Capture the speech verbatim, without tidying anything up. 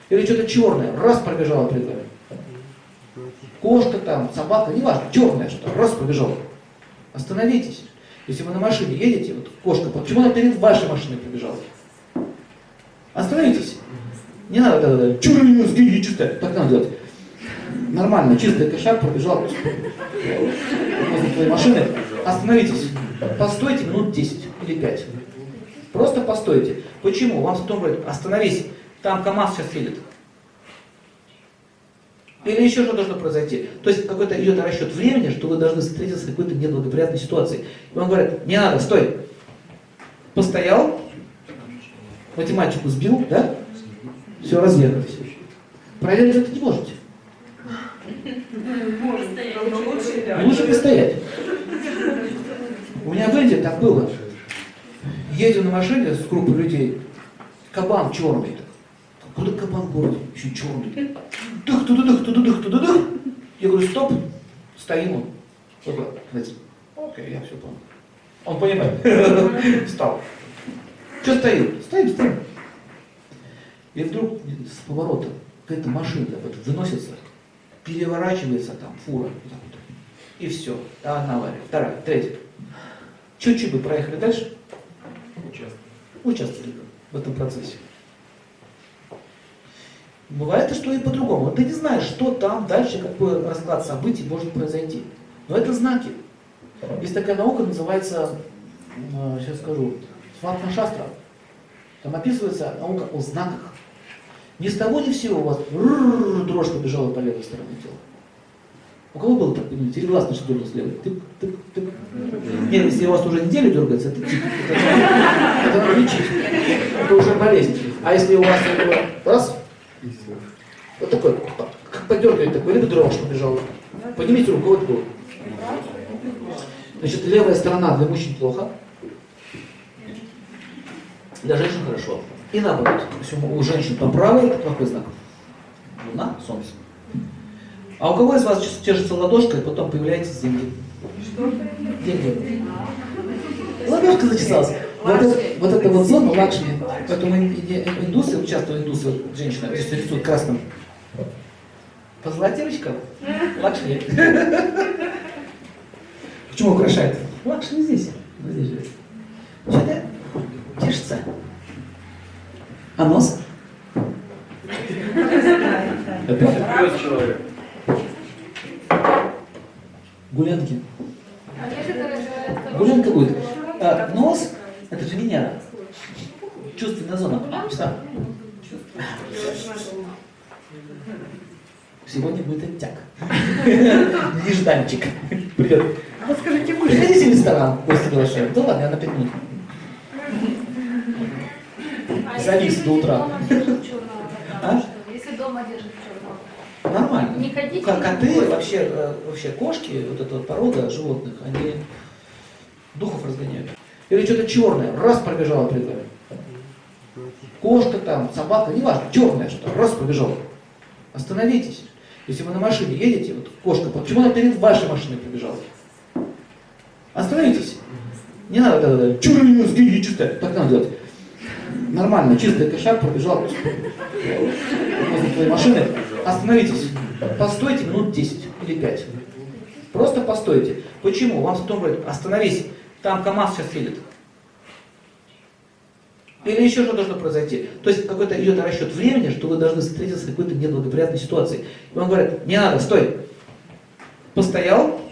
Или что-то черное, раз пробежало перед вами. Кошка там, собака, неважно, черное что-то, раз пробежало. Остановитесь. Если вы на машине едете, вот кошка, почему она перед вашей машиной пробежала? Остановитесь. Не надо тогда, чуры, сгини, чистая. Так надо делать. Нормально, чистый кошак пробежал возле твоей машины. Остановитесь. Постойте минут десять или пять. Просто постойте. Почему? Вам потом говорят, остановись, там КамАЗ сейчас едет. Или еще что должно произойти. То есть какой-то идет расчет времени, что вы должны встретиться с какой-то неблагоприятной ситуацией. И вам говорят, не надо, стой. Постоял, математику сбил, да? Все, разъехались. Проверить это не можете. Лучше постоять. У меня в Индии так было. Едем на машине с группой людей, кабан черный. Куда кабан в городе? Еще черный. Дых, туда, дых, туда, дых, туда, дых. Я говорю, стоп, стоим он. Вот, знаете, окей, я все понял. Он понимает. Встал. Что стоим? Стоим, стоим. И вдруг с поворота какая-то машина вот, выносится, переворачивается там фура. Вот так вот. И все. Одна авария, вторая, третья. Чуть-чуть бы проехали дальше. Участвовали. Участвовали в этом процессе. Бывает, что и по-другому. Ты не знаешь, что там дальше, какой расклад событий может произойти. Но это знаки. Есть такая наука, называется, сейчас скажу, Сватха-шастра. Там описывается наука о знаках. Ни с того ни с сего у вас дрожь побежала по левой стороне тела. У кого было так, понимаете? Или глаз начал дергаться левый? Тык, тык, тык. Нет, если у вас уже неделю дергается, это тик. Это, это надо лечить. Это уже болезнь. А если у вас раз, вот такой, как подергивает такой, либо дрожь побежала. Поднимите руку, вот руку. Значит, левая сторона для мужчин плохо, для женщин хорошо. И наоборот, если у женщин по правой, это плохой знак. Луна, солнце. А у кого из вас чешется ладошка, и потом появляются деньги? Что? Деньги. Ладошка зачесалась. Вот, это, вот эта вот зона лакшми. Поэтому индусы, часто индусы, женщины, рисуют красным. По золотирочкам лакшми. Почему украшает? Лакшми здесь. Вот здесь же. Что-то чешется. А нос? Опять человек. Гулянки. Гулянка будет. А, нос, это же Венера. Чувственная зона. Что? Сегодня будет оттяг. Нежданчик. Привет. А вот скажите, вы приходите в ресторан, гости приглашают. Да ладно, я на пять минут. Завис до утра. А? Если дома держит черного. Нормально. Не ходите. Как коты, вообще, вообще кошки, вот эта вот порода животных, они духов разгоняют. Или что-то черное, раз пробежало перед вами. Кошка там, собака, неважно, черное что-то, раз пробежало. Остановитесь. Если вы на машине едете, вот кошка, почему она перед вашей машиной пробежала? Остановитесь. Не надо тогда, чуры, сгини, чистая. Так надо делать. Нормально, чистый кошак пробежал возле твоей машины. Остановитесь. Постойте минут десять или пять. Просто постойте. Почему? Вам потом говорят, остановись, там КамАЗ сейчас едет. Или еще что должно произойти. То есть какой-то идет расчет времени, что вы должны встретиться с какой-то неблагоприятной ситуацией. И вам говорят, не надо, стой. Постоял,